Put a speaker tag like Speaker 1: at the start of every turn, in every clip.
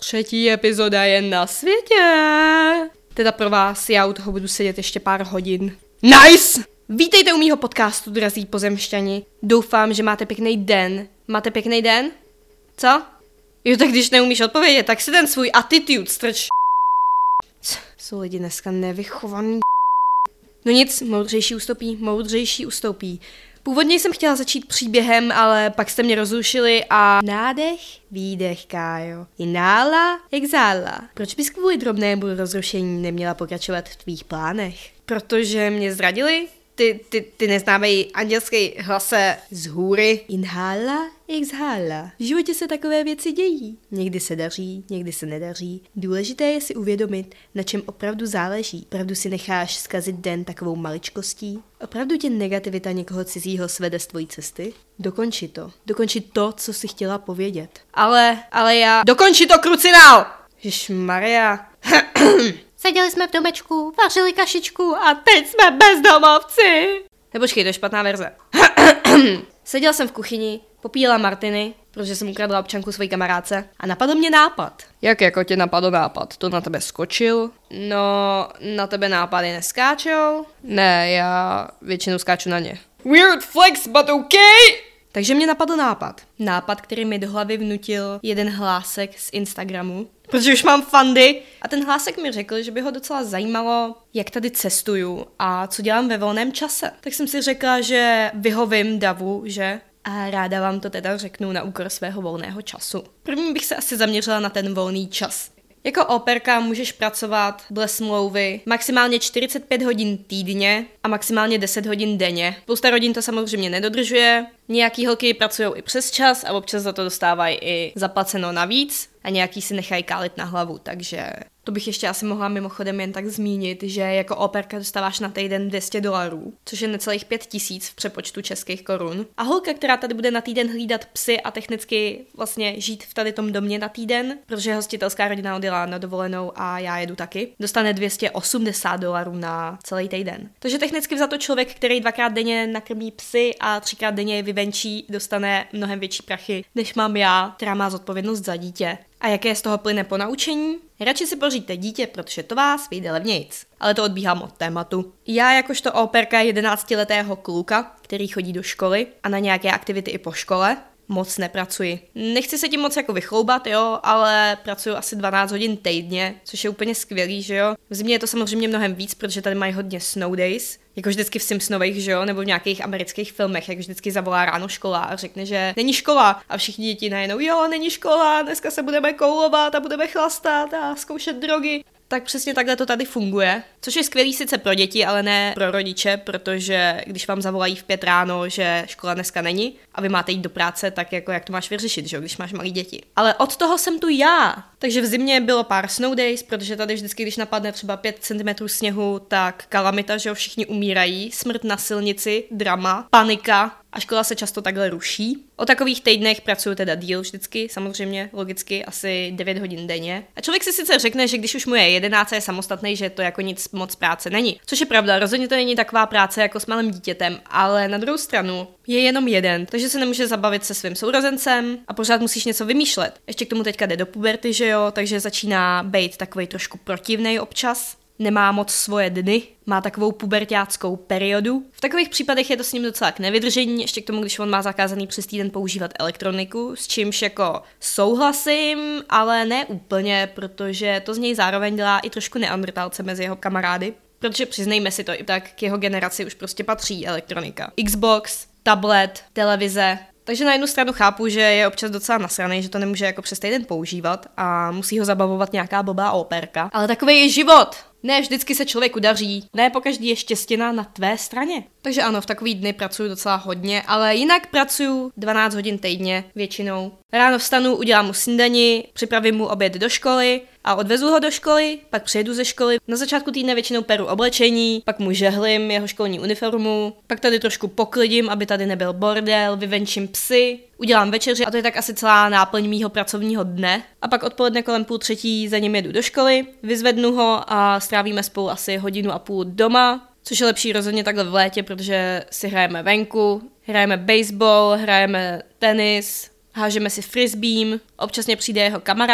Speaker 1: 3. epizoda je na světě. Teda pro vás, já u toho budu sedět ještě pár hodin. Nice! Vítejte u mýho podcastu, drazí pozemšťani. Doufám, že máte pěkný den. Máte pěkný den? Co? Jo, tak když neumíš odpovědět, tak si ten svůj attitude strč. Jsou lidi dneska nevychovaný. No nic, moudřejší ustoupí. Původně jsem chtěla začít příběhem, ale pak jste mě rozrušili a nádech, výdech, Kájo. Inála, exála. Proč bys kvůli drobnému rozrušení neměla pokračovat v tvých plánech? Protože mě zradili? Ty neznámej andělský hlase z hůry. Inhála, exhála. V životě se takové věci dějí. Někdy se daří, někdy se nedaří. Důležité je si uvědomit, na čem opravdu záleží. Opravdu si necháš zkazit den takovou maličkostí? Opravdu tě negativita někoho cizího svede z tvojí cesty? Dokonči to, co jsi chtěla povědět. Ale já... Dokonči to, krucinál! Ježmaria. Seděli jsme v domečku, vařili kašičku a teď jsme bezdomovci. Počkej, to je špatná verze. Seděl jsem v kuchyni, popíjela martiny, protože jsem ukradla občanku své kamarádce a napadl mě nápad. Jak jako tě napadl nápad? To na tebe skočil? No, na tebe nápady neskáčou? Ne, já většinou skáču na ně. Weird flex, but okay! Takže mě napadl nápad. Nápad, který mi do hlavy vnutil jeden hlásek z Instagramu, protože už mám fandy. A ten hlásek mi řekl, že by ho docela zajímalo, jak tady cestuju a co dělám ve volném čase. Tak jsem si řekla, že vyhovím davu, že? A ráda vám to teda řeknu na úkor svého volného času. První bych se asi zaměřila na ten volný čas. Jako operka můžeš pracovat dle smlouvy maximálně 45 hodin týdně a maximálně 10 hodin denně. Spousta rodin to samozřejmě nedodržuje, nějaký holky pracují i přes čas a občas za to dostávají i zaplaceno navíc a nějaký si nechají kálit na hlavu, takže to bych ještě asi mohla mimochodem jen tak zmínit, že jako operka dostáváš na týden $200, což je necelých 5 000 v přepočtu českých korun. A holka, která tady bude na týden hlídat psy a technicky vlastně žít v tady tom domě na týden, protože hostitelská rodina odjela na dovolenou a já jedu taky, dostane $280 na celý týden. Takže technicky vzato člověk, který 2krát denně nakrmí psy a 3krát denně je vyvenčí, dostane mnohem větší prachy, než mám já, která má zodpovědnost za dítě. A jaké z toho plyne ponaučení? Radši si poříďte dítě, protože to vás vyjde levnějc. Ale to odbíhám od tématu. Já jakožto operka 11letého kluka, který chodí do školy a na nějaké aktivity i po škole, moc nepracuji. Nechci se tím moc jako vychloubat, jo, ale pracuji asi 12 hodin týdně, což je úplně skvělý, že jo. V zimě je to samozřejmě mnohem víc, protože tady mají hodně snow days, jako vždycky v Simpsonových, že jo, nebo v nějakých amerických filmech, jak vždycky zavolá ráno škola a řekne, že není škola a všichni děti najednou, jo, není škola, dneska se budeme koulovat a budeme chlastat a zkoušet drogy. Tak přesně takhle to tady funguje, což je skvělý sice pro děti, ale ne pro rodiče, protože když vám zavolají v 5 ráno, že škola dneska není a vy máte jít do práce, tak jako jak to máš vyřešit, že jo, když máš malé děti. Ale od toho jsem tu já. Takže v zimě bylo pár snow days, protože tady vždycky, když napadne třeba 5 cm sněhu, tak kalamita, že jo, všichni umírají, smrt na silnici, drama, panika. A škola se často takhle ruší. O takových týdnech pracuju teda díl vždycky, samozřejmě, logicky, asi 9 hodin denně. A člověk si sice řekne, že když už mu je 11 a je samostatný, že to jako nic moc práce není. Což je pravda, rozhodně to není taková práce jako s malým dítětem, ale na druhou stranu je jenom jeden, takže se nemůže zabavit se svým sourozencem a pořád musíš něco vymýšlet. Ještě k tomu teďka jde do puberty, že jo, takže začíná být takovej trošku protivnej občas. Nemá moc svoje dny, má takovou puberťáckou periodu. V takových případech je to s ním docela k nevydržení, ještě k tomu, když on má zakázaný přes týden používat elektroniku, s čímž jako souhlasím, ale ne úplně, protože to z něj zároveň dělá i trošku neandrtálce mezi jeho kamarády. Protože přiznejme si to, i tak k jeho generaci už prostě patří elektronika. Xbox, tablet, televize. Takže na jednu stranu chápu, že je občas docela nasranej, že to nemůže jako přes týden používat a musí ho zabavovat nějaká blbá operka. Ale takový je život! Ne vždycky se člověku daří, ne pokaždý je štěstěna na tvé straně. Takže ano, v takový dny pracuju docela hodně, ale jinak pracuju 12 hodin týdně většinou. Ráno vstanu, udělám mu snídani, připravím mu oběd do školy a odvezu ho do školy, pak přijedu ze školy. Na začátku týdne většinou peru oblečení, pak mu žehlím jeho školní uniformu, pak tady trošku poklidím, aby tady nebyl bordel, vyvenčím psy, udělám večeři a to je tak asi celá náplň mýho pracovního dne. A pak odpoledne kolem 2:30 za ním jedu do školy, vyzvednu ho a strávíme spolu asi 1,5 hodiny doma, což je lepší rozhodně takhle v létě, protože si hrajeme venku, hrajeme baseball, hrajeme tenis, hážeme si frisbím, občas mě přijde jeho kamarád,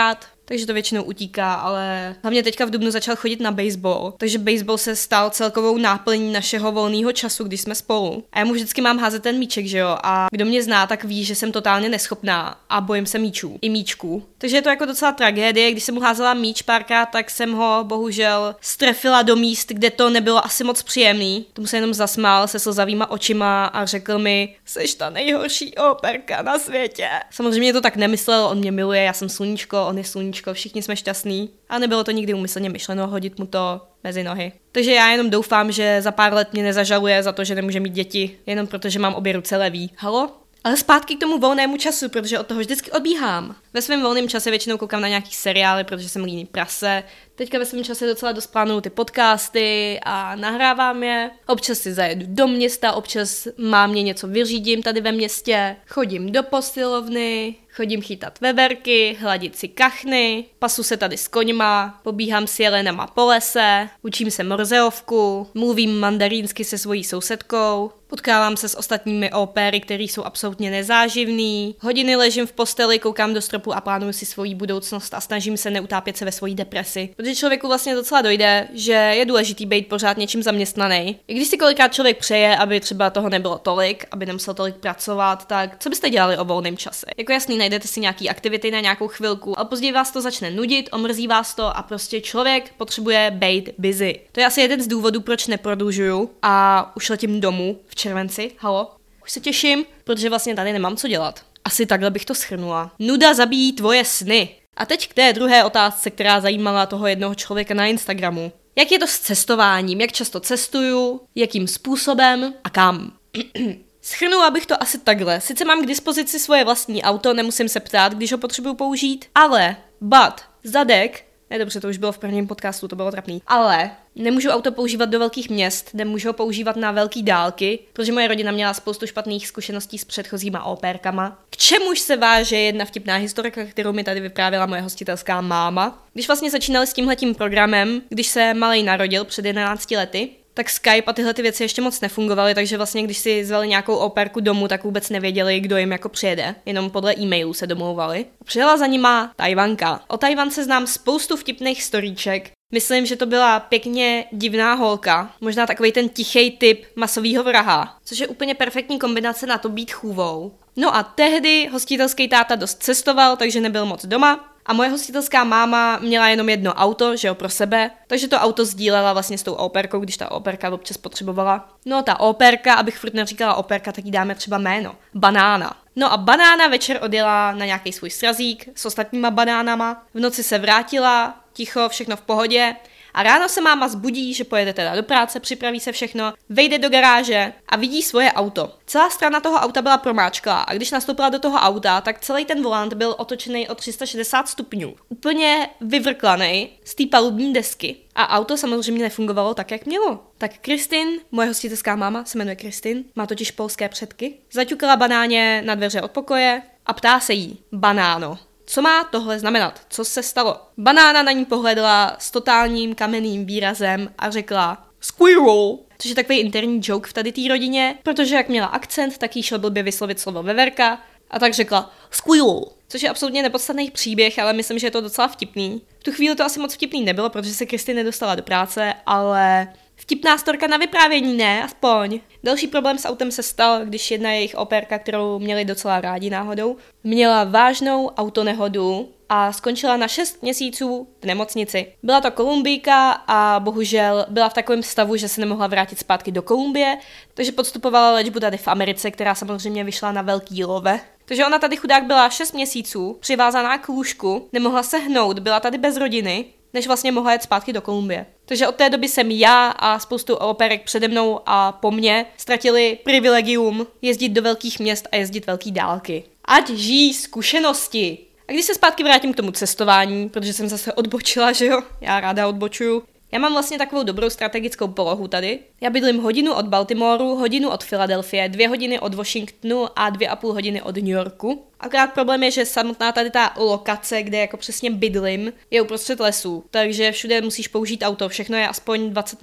Speaker 1: takže to většinou utíká, ale hlavně teďka v dubnu začal chodit na baseball, takže baseball se stal celkovou náplní našeho volného času, když jsme spolu. A já mu vždycky mám házet ten míček, že jo? A kdo mě zná, tak ví, že jsem totálně neschopná a bojím se míčů i míčků. Takže je to jako docela tragédie, když jsem mu házela míč párkrát, tak jsem ho bohužel strefila do míst, kde to nebylo asi moc příjemný. Tomu se jenom zasmál se slzavýma očima a řekl mi: "Seš ta nejhorší operka na světě." Samozřejmě to tak nemyslel, on mě miluje, já jsem sluníčko, on je sluníčko, všichni jsme šťastní. A nebylo to nikdy úmyslně myšleno hodit mu to mezi nohy. Takže já jenom doufám, že za pár let mě nezažaluje za to, že nemůže mít děti, jenom protože mám obě ruce levý. Halo? Ale zpátky k tomu volnému času, protože od toho vždycky odbíhám. Ve svém volném čase většinou koukám na nějaký seriály, protože jsem líný prase. Teďka ve svém čase docela dost plánuju ty podcasty a nahrávám je. Občas si zajedu do města, občas mámě něco vyřídím tady ve městě. Chodím do posilovny, chodím chytat veverky, hladit si kachny, pasu se tady s koňma, pobíhám s jelenama po lese, učím se morzeovku, mluvím mandarínsky se svojí sousedkou, potkávám se s ostatními opéry, který jsou absolutně nezáživný, hodiny ležím v posteli, koukám do stropu a plánuju si svoji budoucnost a snažím se neutápět se ve svojí depresi. Protože člověku vlastně docela dojde, že je důležitý být pořád něčím zaměstnaný. I když si kolikrát člověk přeje, aby třeba toho nebylo tolik, aby nemusel tolik pracovat, tak co byste dělali o volném čase? Jako jasný, najdete si nějaký aktivity na nějakou chvilku, ale později vás to začne nudit, omrzí vás to a prostě člověk potřebuje být busy. To je asi jeden z důvodů, proč neprodlužuju a už letím domů v červenci. Halo? Už se těším, protože vlastně tady nemám co dělat. Asi takhle bych to shrnula. Nuda zabíjí tvoje sny. A teď k té druhé otázce, která zajímala toho jednoho člověka na Instagramu. Jak je to s cestováním? Jak často cestuju? Jakým způsobem? A kam? Shrnula bych to asi takhle. Sice mám k dispozici svoje vlastní auto, nemusím se ptát, když ho potřebuju použít, ale zadek, ne dobře, to už bylo v prvním podcastu, to bylo trapný, ale nemůžu auto používat do velkých měst, nemůžu ho používat na velké dálky, protože moje rodina měla spoustu špatných zkušeností s předchozíma opérkama. K čemuž se váže jedna vtipná historka, kterou mi tady vyprávěla moje hostitelská máma. Když vlastně začínali s tímhletím programem, když se malej narodil před 11 lety, tak Skype a tyhle ty věci ještě moc nefungovaly, takže vlastně když si zvali nějakou opérku domů, tak vůbec nevěděli, kdo jim jako přijede. Jenom podle e-mailů se domlouvali. Přijela za nima Tajvanka. O Tajvance znám spoustu vtipných storíček. Myslím, že to byla pěkně divná holka. Možná takovej ten tichý typ masového vraha, což je úplně perfektní kombinace na to být chůvou. No a tehdy hostitelský táta dost cestoval, takže nebyl moc doma. A moje hostitelská máma měla jenom jedno auto, že jo, pro sebe, takže to auto sdílela vlastně s tou opérkou, když ta opérka občas potřebovala. No ta opérka, abych furt neříkala opérka, tak jí dáme třeba jméno. Banána. No a Banána večer odjela na nějaký svůj srazík s ostatníma banánama, v noci se vrátila, ticho, všechno v pohodě. A ráno se máma zbudí, že pojede teda do práce, připraví se všechno, vejde do garáže a vidí svoje auto. Celá strana toho auta byla promáčklá a když nastoupila do toho auta, tak celý ten volant byl otočený o 360 stupňů. Úplně vyvrklaný z té palubní desky. A auto samozřejmě nefungovalo tak, jak mělo. Tak Kristin, moje hostitelská máma, se jmenuje Kristin, má totiž polské předky, zaťukala Banáně na dveře od pokoje a ptá se jí: Banáno, co má tohle znamenat? Co se stalo? Banána na ní pohledla s totálním kamenným výrazem a řekla squirrel, což je takový interní joke v tady té rodině, protože jak měla akcent, tak jí šlo blbě vyslovit slovo veverka a tak řekla squirrel, což je absolutně nepodstatný příběh, ale myslím, že je to docela vtipný. V tu chvíli to asi moc vtipný nebylo, protože se Kristin nedostala do práce, ale vtipná storka na vyprávění, ne? Aspoň. Další problém s autem se stal, když jedna jejich opérka, kterou měli docela rádi náhodou, měla vážnou autonehodu a skončila na 6 měsíců v nemocnici. Byla to Kolumbijka a bohužel byla v takovém stavu, že se nemohla vrátit zpátky do Kolumbie, takže podstupovala léčbu tady v Americe, která samozřejmě vyšla na velký love. Takže ona tady chudák byla 6 měsíců, přivázaná k lůžku, nemohla se hnout, byla tady bez rodiny, než vlastně mohla jet zpátky do Kolumbie. Takže od té doby jsem já a spoustu operek přede mnou a po mně ztratili privilegium jezdit do velkých měst a jezdit velký dálky. Ať žijí zkušenosti! A když se zpátky vrátím k tomu cestování, protože jsem zase odbočila, že jo? Já ráda odbočuju. Já mám vlastně takovou dobrou strategickou polohu tady. Já bydlím hodinu od Baltimoru, hodinu od Filadelfie, 2 hodiny od Washingtonu a 2,5 hodiny od New Yorku. Akorát problém je, že samotná tady ta lokace, kde jako přesně bydlím, je uprostřed lesů, takže všude musíš použít auto, všechno je aspoň 20 minut.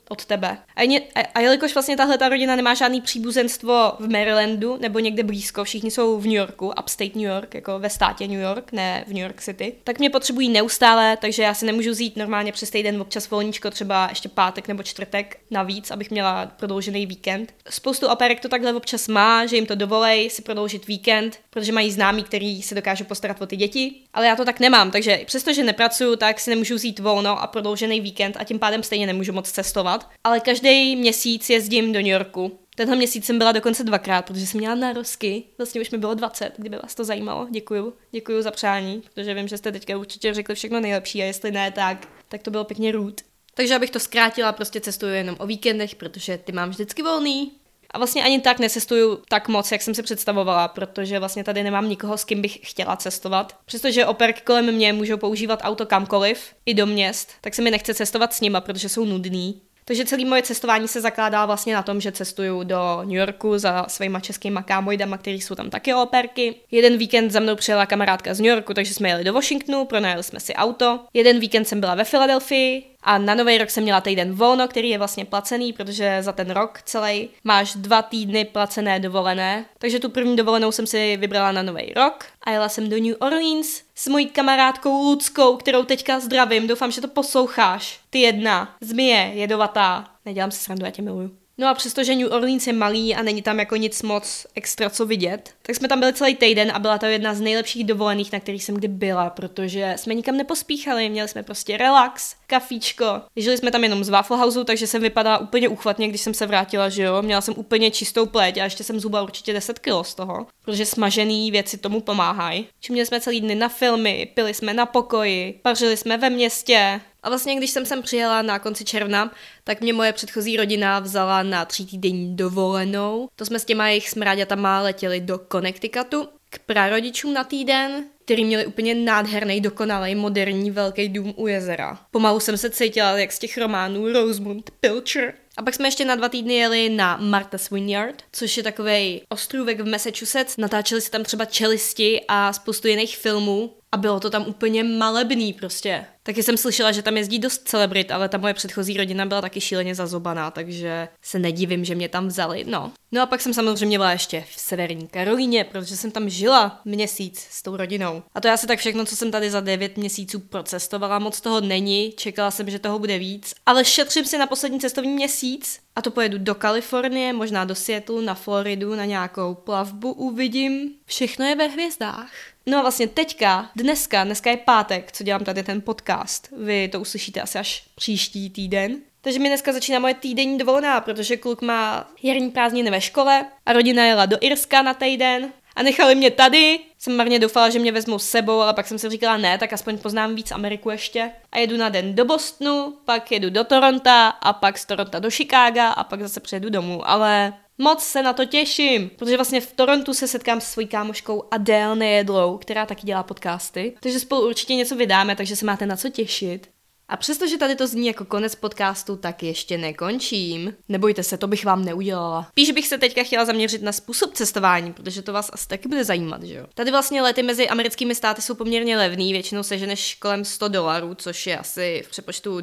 Speaker 1: od tebe. A jelikož vlastně tahle ta rodina nemá žádný příbuzenstvo v Marylandu nebo někde blízko, všichni jsou v New Yorku, upstate New York, jako ve státě New York, ne v New York City, tak mě potřebují neustále, takže já si nemůžu vzít normálně přes týden občas volníčko, třeba ještě pátek nebo čtvrtek navíc, abych měla prodloužený víkend. Spoustu operek to takhle občas má, že jim to dovolej si prodloužit víkend, protože mají známí, který se dokážou postarat o ty děti, ale já to tak nemám, takže přestože nepracuju, tak si nemůžu vzít volno a prodloužený víkend a tím pádem stejně nemůžu moc cestovat. Ale každý měsíc jezdím do New Yorku. Tenhle měsíc jsem byla dokonce 2krát, protože jsem měla narozky. Vlastně už mi bylo 20, kdyby vás to zajímalo. Děkuju za přání, protože vím, že jste teďka určitě řekli všechno nejlepší a jestli ne, tak to bylo pěkně rude. Takže abych to zkrátila, prostě cestuju jenom o víkendech, protože ty mám vždycky volný. A vlastně ani tak necestuju tak moc, jak jsem si představovala, protože vlastně tady nemám nikoho, s kým bych chtěla cestovat. Přestože operky kolem mě můžou používat auto kamkoliv, i do měst, tak se mi nechce cestovat s nima, protože jsou nudný. Takže celé moje cestování se zakládá vlastně na tom, že cestuju do New Yorku za svýma českýma kámojdama, který jsou tam taky operky. Jeden víkend za mnou přijela kamarádka z New Yorku, takže jsme jeli do Washingtonu, pronajeli jsme si auto. Jeden víkend jsem byla ve Filadelfii a na Nový rok jsem měla týden volno, který je vlastně placený, protože za ten rok celý máš 2 týdny placené dovolené. Takže tu první dovolenou jsem si vybrala na Nový rok a jela jsem do New Orleans s mojí kamarádkou Luckou, kterou teďka zdravím, doufám, že to posloucháš. Ty jedna, zmije, jedovatá. Nedělám si srandu, já tě miluju. No a přestože New Orleans je malý a není tam jako nic moc extra co vidět, tak jsme tam byli celý týden a byla to jedna z nejlepších dovolených, na kterých jsem kdy byla, protože jsme nikam nepospíchali, měli jsme prostě relax, kafíčko. Žili jsme tam jenom z Waffle Houseu, takže jsem vypadala úplně úchvatně, když jsem se vrátila, že jo. Měla jsem úplně čistou pleť a ještě jsem zhubla určitě 10 kg z toho, protože smažený věci tomu pomáhají. Měli jsme celý dny na filmy, pili jsme na pokoji, pařili jsme ve městě. A vlastně, když jsem sem přijela na konci června, tak mě moje předchozí rodina vzala na 3týdenní dovolenou. To jsme s těma jejich smráďatama letěli do Connecticutu k prarodičům na týden, který měli úplně nádherný, dokonalý, moderní velký dům u jezera. Pomalu jsem se cítila jak z těch románů Rosamund Pilcher. A pak jsme ještě na 2 týdny jeli na Martha's Vineyard, což je takovej ostrůvek v Massachusetts. Natáčeli se tam třeba Čelisti a spoustu jiných filmů. A bylo to tam úplně malebný prostě. Taky jsem slyšela, že tam jezdí dost celebrit, ale ta moje předchozí rodina byla taky šíleně zazobaná, takže se nedivím, že mě tam vzali, no. No a pak jsem samozřejmě byla ještě v Severní Karolíně, protože jsem tam žila měsíc s tou rodinou. A to je asi tak všechno, co jsem tady za 9 měsíců procestovala, moc toho není, čekala jsem, že toho bude víc, ale šetřím si na poslední cestovní měsíc a to pojedu do Kalifornie, možná do Seattlu, na Floridu, na nějakou plavbu, uvidím. Všechno je ve hvězdách. No a vlastně dneska je pátek, co dělám tady ten podcast. Vy to uslyšíte asi až příští týden. Takže mi dneska začíná moje týdenní dovolená, protože kluk má jarní prázdniny ve škole a rodina jela do Irska na týden a nechali mě tady. Jsem marně doufala, že mě vezmou s sebou, ale pak jsem si říkala ne, tak aspoň poznám víc Ameriku ještě. A jedu na den do Bostonu, pak jedu do Toronta a pak z Toronta do Chicaga a pak zase přijedu domů, ale moc se na to těším, protože vlastně v Torontu se setkám s svojí kámoškou Adele Nejedlou, která taky dělá podcasty, takže spolu určitě něco vydáme, takže se máte na co těšit. A přestože tady to zní jako konec podcastu, tak ještě nekončím. Nebojte se, to bych vám neudělala. Spíš bych se teďka chtěla zaměřit na způsob cestování, protože to vás asi taky bude zajímat, že jo? Tady vlastně lety mezi americkými státy jsou poměrně levný, většinou seženeš kolem $100, což je asi v přepočtu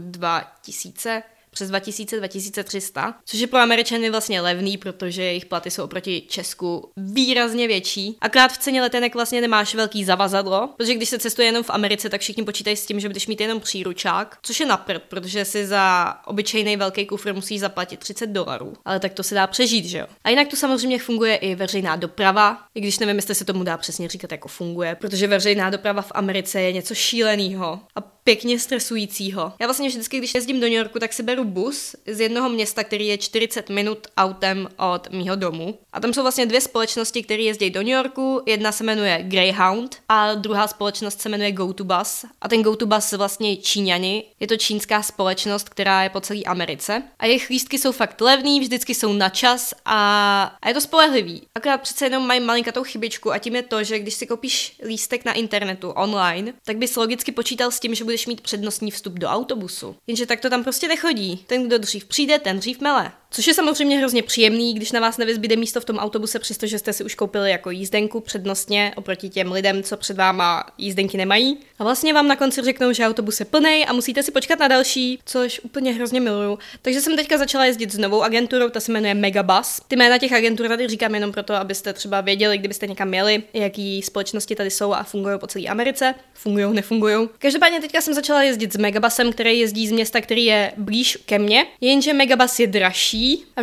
Speaker 1: 2000, přes 2000, 2300, což je pro Američany vlastně levný, protože jejich platy jsou oproti Česku výrazně větší. Akorát v ceně letenek vlastně nemáš velký zavazadlo, protože když se cestuje jenom v Americe, tak všichni počítají s tím, že budeš mít jenom příručák, což je na prd, protože si za obyčejný velký kufr musíš zaplatit $30. Ale tak to se dá přežít, že jo? A jinak tu samozřejmě funguje i veřejná doprava, i když nevím, jestli se tomu dá přesně říkat, jako funguje, protože veřejná doprava v Americe je něco šíleného a pěkně stresujícího. Já vlastně vždycky, když jezdím do New Yorku, tak si beru bus z jednoho města, který je 40 minut autem od mýho domu. A tam jsou vlastně 2 společnosti, které jezdí do New Yorku. Jedna se jmenuje Greyhound a druhá společnost se jmenuje GoToBus. A ten GoToBus vlastně Číňani. Je to čínská společnost, která je po celé Americe. A jejich lístky jsou fakt levný, vždycky jsou na čas a je to spolehlivý. Akorát přece jenom mají malinkatou chybičku a tím je to, že když si koupíš lístek na internetu online, tak bys logicky počítal s tím, že budeš mít přednostní vstup do autobusu. Jenže tak to tam prostě nechodí. Ten, kdo dřív přijde, ten dřív mele. Což je samozřejmě hrozně příjemný, když na vás nevyzbyde místo v tom autobuse, přestože jste si už koupili jako jízdenku přednostně oproti těm lidem, co před váma jízdenky nemají. A vlastně vám na konci řeknou, že autobus je plný a musíte si počkat na další, což úplně hrozně miluju. Takže jsem teďka začala jezdit s novou agenturou, ta se jmenuje Megabus. Ty jména těch agentur tady říkám jenom proto, abyste třeba věděli, kdybyste někam jeli, jaký společnosti tady jsou a fungují po celé Americe. Fungujou, nefungujou. Každopádně teďka jsem začala jezdit s Megabusem, který jezdí z města, který je blíž ke mně, jenže Megabus je dražší a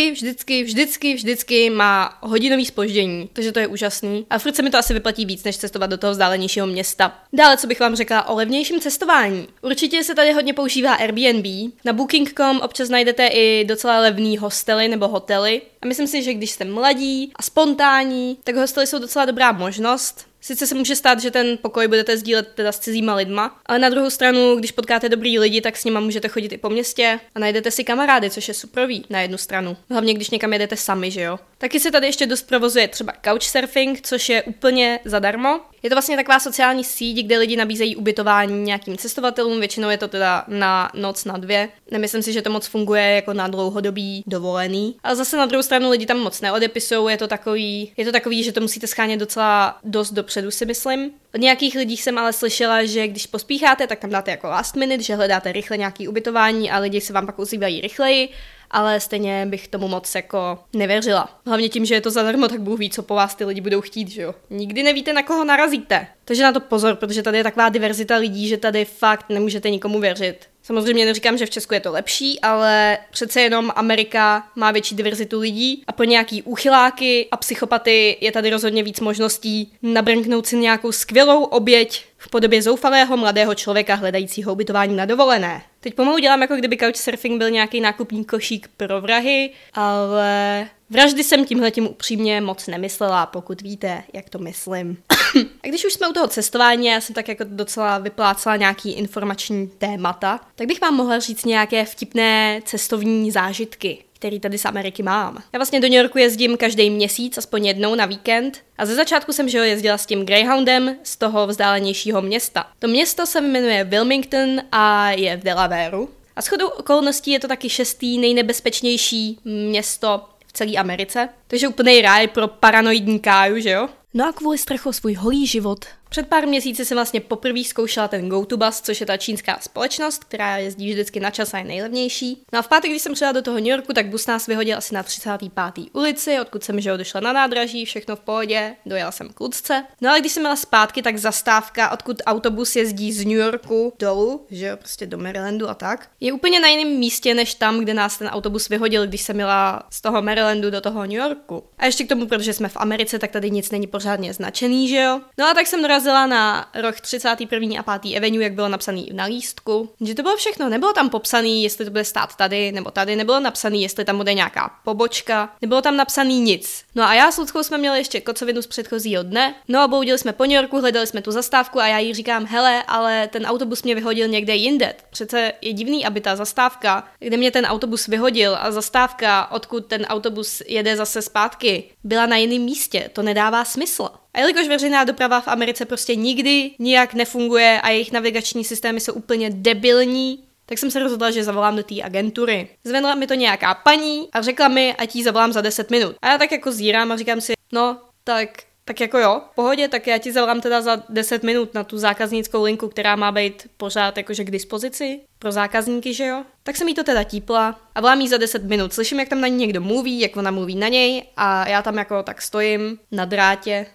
Speaker 1: vždycky má hodinový zpoždění, takže to je úžasný. A furt se mi to asi vyplatí víc, než cestovat do toho vzdálenějšího města. Dále, co bych vám řekla o levnějším cestování. Určitě se tady hodně používá Airbnb. Na Booking.com občas najdete i docela levný hostely nebo hotely. A myslím si, že když jste mladí a spontánní, tak hostely jsou docela dobrá možnost. Sice se může stát, že ten pokoj budete sdílet teda s cizíma lidma, ale na druhou stranu, když potkáte dobrý lidi, tak s nima můžete chodit i po městě a najdete si kamarády, což je superový na jednu stranu. Hlavně když někam jedete sami, že jo. Taky se tady ještě dost provozuje třeba couchsurfing, což je úplně zadarmo. Je to vlastně taková sociální síť, kde lidi nabízejí ubytování nějakým cestovatelům, většinou je to teda na noc, na 2. Nemyslím si, že to moc funguje jako na dlouhodobý dovolený. Ale zase na druhou stranu lidi tam moc neodepisou, je to takový, že to musíte schánět docela dost dopředu, si myslím. Od nějakých lidí jsem ale slyšela, že když pospícháte, tak tam dáte jako last minute, že hledáte rychle nějaký ubytování a lidi se vám pak ozývají rychleji. Ale stejně bych tomu moc jako nevěřila. Hlavně tím, že je to zadarmo, tak Bůh ví, co po vás ty lidi budou chtít, že jo. Nikdy nevíte, na koho narazíte. Takže na to pozor, protože tady je taková diverzita lidí, že tady fakt nemůžete nikomu věřit. Samozřejmě neříkám, že v Česku je to lepší, ale přece jenom Amerika má větší diverzitu lidí a pro nějaký úchyláky a psychopaty je tady rozhodně víc možností nabrnknout si nějakou skvělou oběť v podobě zoufalého mladého člověka hledajícího ubytování na dovolené. Teď pomalu dělám, jako kdyby couchsurfing byl nějaký nákupní košík pro vrahy, ale vraždy jsem tímhletím upřímně moc nemyslela, pokud víte, jak to myslím. A když už jsme u toho cestování, já jsem tak jako docela vyplácela nějaký informační témata, tak bych vám mohla říct nějaké vtipné cestovní zážitky, který tady z Ameriky mám. Já vlastně do New Yorku jezdím každý měsíc, aspoň jednou na víkend. A ze začátku jsem jezdila s tím Greyhoundem z toho vzdálenějšího města. To město se jmenuje Wilmington a je v Delawareu. A shodou okolností je to taky 6. nejnebezpečnější město v celé Americe. Takže úplnej ráj pro paranoidní káju, že jo? No a kvůli strachu o svůj holý život. Před pár měsíci jsem vlastně poprvé zkoušela ten GoToBus, což je ta čínská společnost, která jezdí vždycky na čas a je nejlevnější. No a v pátek, když jsem přijela do toho New Yorku, tak bus nás vyhodil asi na 35. ulici, odkud jsem došla na nádraží, všechno v pohodě, dojela jsem k Lucce. No ale když jsem jela zpátky, tak zastávka, odkud autobus jezdí z New Yorku dolů, že jo, prostě do Marylandu a tak, je úplně na jiném místě, než tam, kde nás ten autobus vyhodil, když jsem jela z toho Marylandu do toho New Yorku. A ještě k tomu, protože jsme v Americe, tak tady nic není pořádně značený, že jo. No a tak jsem dorazila na roh 31. a 5. Avenue, jak bylo napsaný na lístku. Že to bylo všechno, nebylo tam popsaný, jestli to bude stát tady nebo tady, nebylo napsaný, jestli tam bude nějaká pobočka, nebylo tam napsaný nic. No a já s Luckou jsme měli ještě kocovinu z předchozího dne. No a boudili jsme po New Yorku, hledali jsme tu zastávku a já jí říkám, hele, ale ten autobus mě vyhodil někde jinde. Přece je divný, aby ta zastávka, kde mě ten autobus vyhodil a zastávka, odkud ten autobus jede zase zpátky, byla na jiném místě. To nedává smysl. A jelikož veřejná doprava v Americe prostě nikdy nijak nefunguje a jejich navigační systémy jsou úplně debilní, tak jsem se rozhodla, že zavolám do té agentury. Zvedla mi to nějaká paní a řekla mi, ať jí zavolám za 10 minut. A já tak jako zírám a říkám si, no, tak jako jo, v pohodě, tak já ti zavolám teda za 10 minut na tu zákaznickou linku, která má být pořád jakože k dispozici pro zákazníky, že jo? Tak jsem jí to teda típla a volám jí za 10 minut. Slyším, jak tam na ní někdo mluví, jak ona mluví na něj a já tam jako tak stojím na drátě,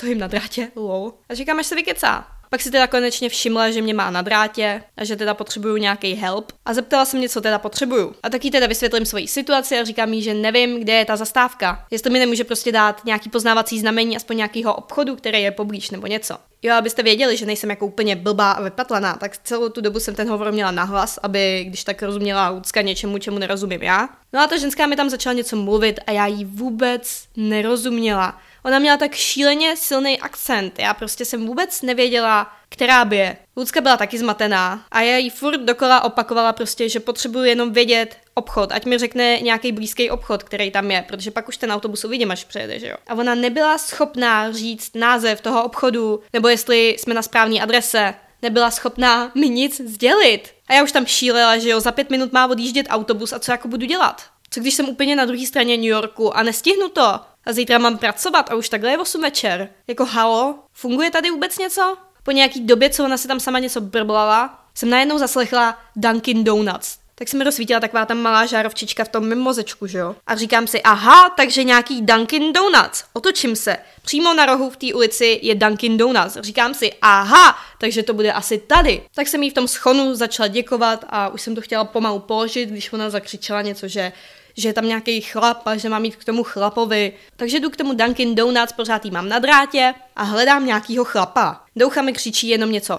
Speaker 1: lol. A říkám, až se vykecá. Pak si teda konečně všimla, že mě má na drátě a že teda potřebuju nějaký help a zeptala se mě, co teda potřebuju. A taky teda vysvětlím svoji situaci a říkám jí, že nevím, kde je ta zastávka. Jestli mi nemůže prostě dát nějaký poznávací znamení aspoň nějakého obchodu, který je poblíž nebo něco. Jo, abyste věděli, že nejsem jako úplně blbá a vypatlaná, tak celou tu dobu jsem ten hovor měla nahlas, aby když tak rozuměla Lucka něčemu, čemu nerozumím já. No a ta ženská mi tam začala něco mluvit a já jí vůbec nerozuměla. Ona měla tak šíleně silný akcent, já prostě jsem vůbec nevěděla, která by je. Lucka byla taky zmatená a já jí furt dokola opakovala prostě, že potřebuju jenom vědět obchod, ať mi řekne nějaký blízký obchod, který tam je, protože pak už ten autobus uvidím, až přijede, že jo. A ona nebyla schopná říct název toho obchodu, nebo jestli jsme na správné adrese, nebyla schopná mi nic sdělit. A já už tam šílela, že jo, za 5 minut má odjíždět autobus a co jako budu dělat? Co když jsem úplně na druhé straně New Yorku a nestihnu to? A zítra mám pracovat a už takhle je 8 večer. Jako halo, funguje tady vůbec něco? Po nějaký době, co ona si tam sama něco brblala, jsem najednou zaslechla Dunkin' Donuts. Tak se mi rozsvítila taková ta malá žárovčička v tom mém mozečku, že jo? A říkám si, aha, takže nějaký Dunkin' Donuts. Otočím se. Přímo na rohu v té ulici je Dunkin' Donuts. Říkám si, aha, takže to bude asi tady. Tak jsem jí v tom schonu začala děkovat a už jsem to chtěla pomalu položit, když ona zakřičela něco, že je tam nějaký chlap a že mám jít k tomu chlapovi. Takže jdu k tomu Dunkin' Donuts, pořád jí mám na drátě a hledám nějakýho chlapa. Doucha mi křičí jenom něco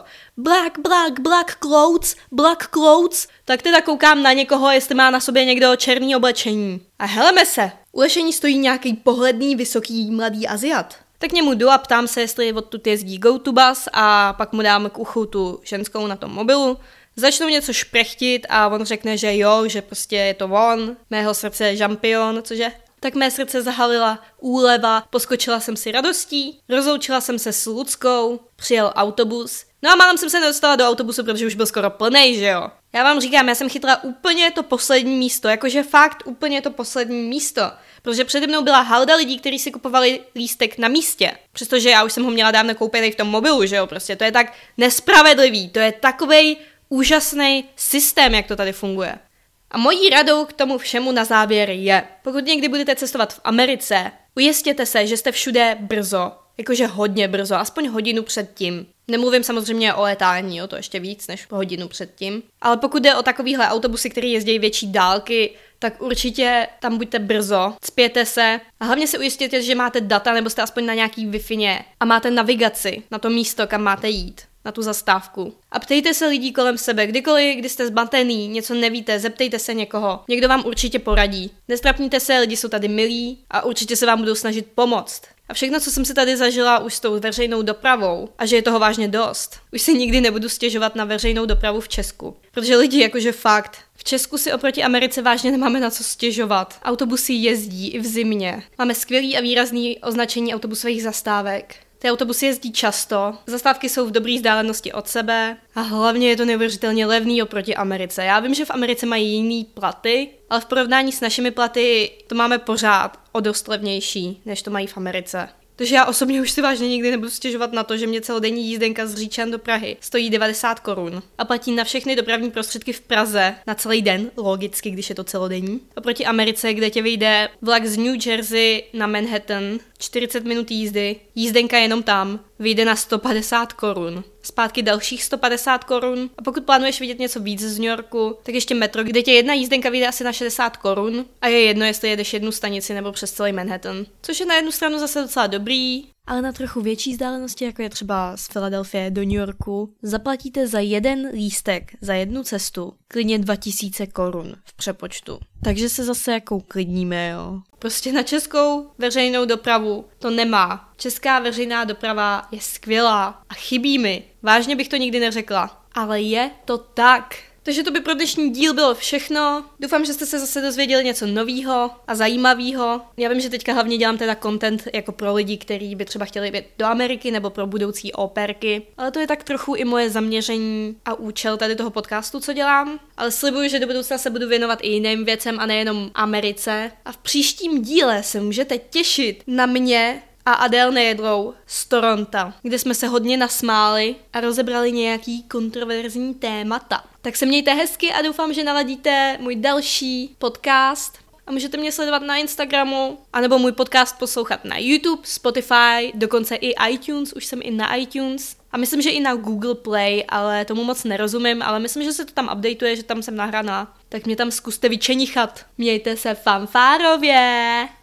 Speaker 1: black clothes. Tak teda koukám na někoho, jestli má na sobě někdo černý oblečení. A heleme se, u lešení stojí nějaký pohledný, vysoký, mladý Aziat. Tak k němu jdu a ptám se, jestli odtud jezdí GoToBus a pak mu dám k uchu tu ženskou na tom mobilu. Začnou něco šprechtit a on řekne, že jo, že prostě je to on, mého srdce je žampion, cože? Tak mé srdce zahalila úleva, poskočila jsem si radostí, rozloučila jsem se s Luckou, přijel autobus. No a málem jsem se nedostala do autobusu, protože už byl skoro plnej, že jo? Já vám říkám, já jsem chytla úplně to poslední místo, jakože fakt úplně to poslední místo. Protože přede mnou byla halda lidí, kteří si kupovali lístek na místě. Přestože já už jsem ho měla dávno koupený v tom mobilu, že jo? Prostě to je tak nespravedlivý, to je takovej úžasný systém, jak to tady funguje. A mojí radou k tomu všemu na závěr je, pokud někdy budete cestovat v Americe, ujistěte se, že jste všude brzo, jakože hodně brzo, aspoň hodinu předtím. Nemluvím samozřejmě o létání, jo, to ještě víc než hodinu předtím. Ale pokud jde o takovýhle autobusy, které jezdí větší dálky, tak určitě tam buďte brzo, cpěte se a hlavně si ujistěte, že máte data nebo jste aspoň na nějaký Wi-Fi a máte navigaci na to místo, kam máte jít. Na tu zastávku. A ptejte se lidí kolem sebe, kdykoliv, kdy jste zmatený, něco nevíte, zeptejte se někoho. Někdo vám určitě poradí. Nestrapněte se, lidi jsou tady milí a určitě se vám budou snažit pomoct. A všechno, co jsem si tady zažila už s tou veřejnou dopravou, a že je toho vážně dost, už si nikdy nebudu stěžovat na veřejnou dopravu v Česku. Protože lidi, jakože fakt, v Česku si oproti Americe vážně nemáme na co stěžovat. Autobusy jezdí i v zimě. Máme skvělý a výrazný označení autobusových zastávek. Ty autobusy jezdí často, zastávky jsou v dobré vzdálenosti od sebe a hlavně je to neuvěřitelně levný oproti Americe. Já vím, že v Americe mají jiný platy, ale v porovnání s našimi platy to máme pořád o dost levnější, než to mají v Americe. Takže já osobně už si vážně nikdy nebudu stěžovat na to, že mě celodenní jízdenka z Říčan do Prahy stojí 90 korun a platí na všechny dopravní prostředky v Praze na celý den, logicky, když je to celodenní. Oproti Americe, kde tě vyjde vlak z New Jersey na Manhattan, 40 minut jízdy, jízdenka jenom tam, vyjde na 150 korun. Zpátky dalších 150 korun. A pokud plánuješ vidět něco víc z New Yorku, tak ještě metro, kde tě jedna jízdenka vyjde asi na 60 korun a je jedno, jestli jedeš jednu stanici nebo přes celý Manhattan. Což je na jednu stranu zase docela dobrý, ale na trochu větší vzdálenosti, jako je třeba z Filadelfie do New Yorku, zaplatíte za jeden lístek, za jednu cestu, klidně 2000 korun v přepočtu. Takže se zase jako uklidníme, jo. Prostě na českou veřejnou dopravu to nemá. Česká veřejná doprava je skvělá a chybí mi. Vážně bych to nikdy neřekla. Ale je to tak. Takže to by pro dnešní díl bylo všechno. Doufám, že jste se zase dozvěděli něco novýho a zajímavého. Já vím, že teďka hlavně dělám teda content jako pro lidi, kteří by třeba chtěli jít do Ameriky nebo pro budoucí operky. Ale to je tak trochu i moje zaměření a účel tady toho podcastu, co dělám. Ale slibuju, že do budoucna se budu věnovat i jiným věcem a nejenom Americe. A v příštím díle se můžete těšit na mě a Adél Nejedlou z Toronto, kde jsme se hodně nasmáli a rozebrali nějaký kontroverzní témata. Tak se mějte hezky a doufám, že naladíte můj další podcast a můžete mě sledovat na Instagramu, anebo můj podcast poslouchat na YouTube, Spotify, dokonce i iTunes, už jsem i na iTunes. A myslím, že i na Google Play, ale tomu moc nerozumím, ale myslím, že se to tam updateuje, že tam jsem nahraná. Tak mě tam zkuste vyčenichat. Mějte se fanfárově!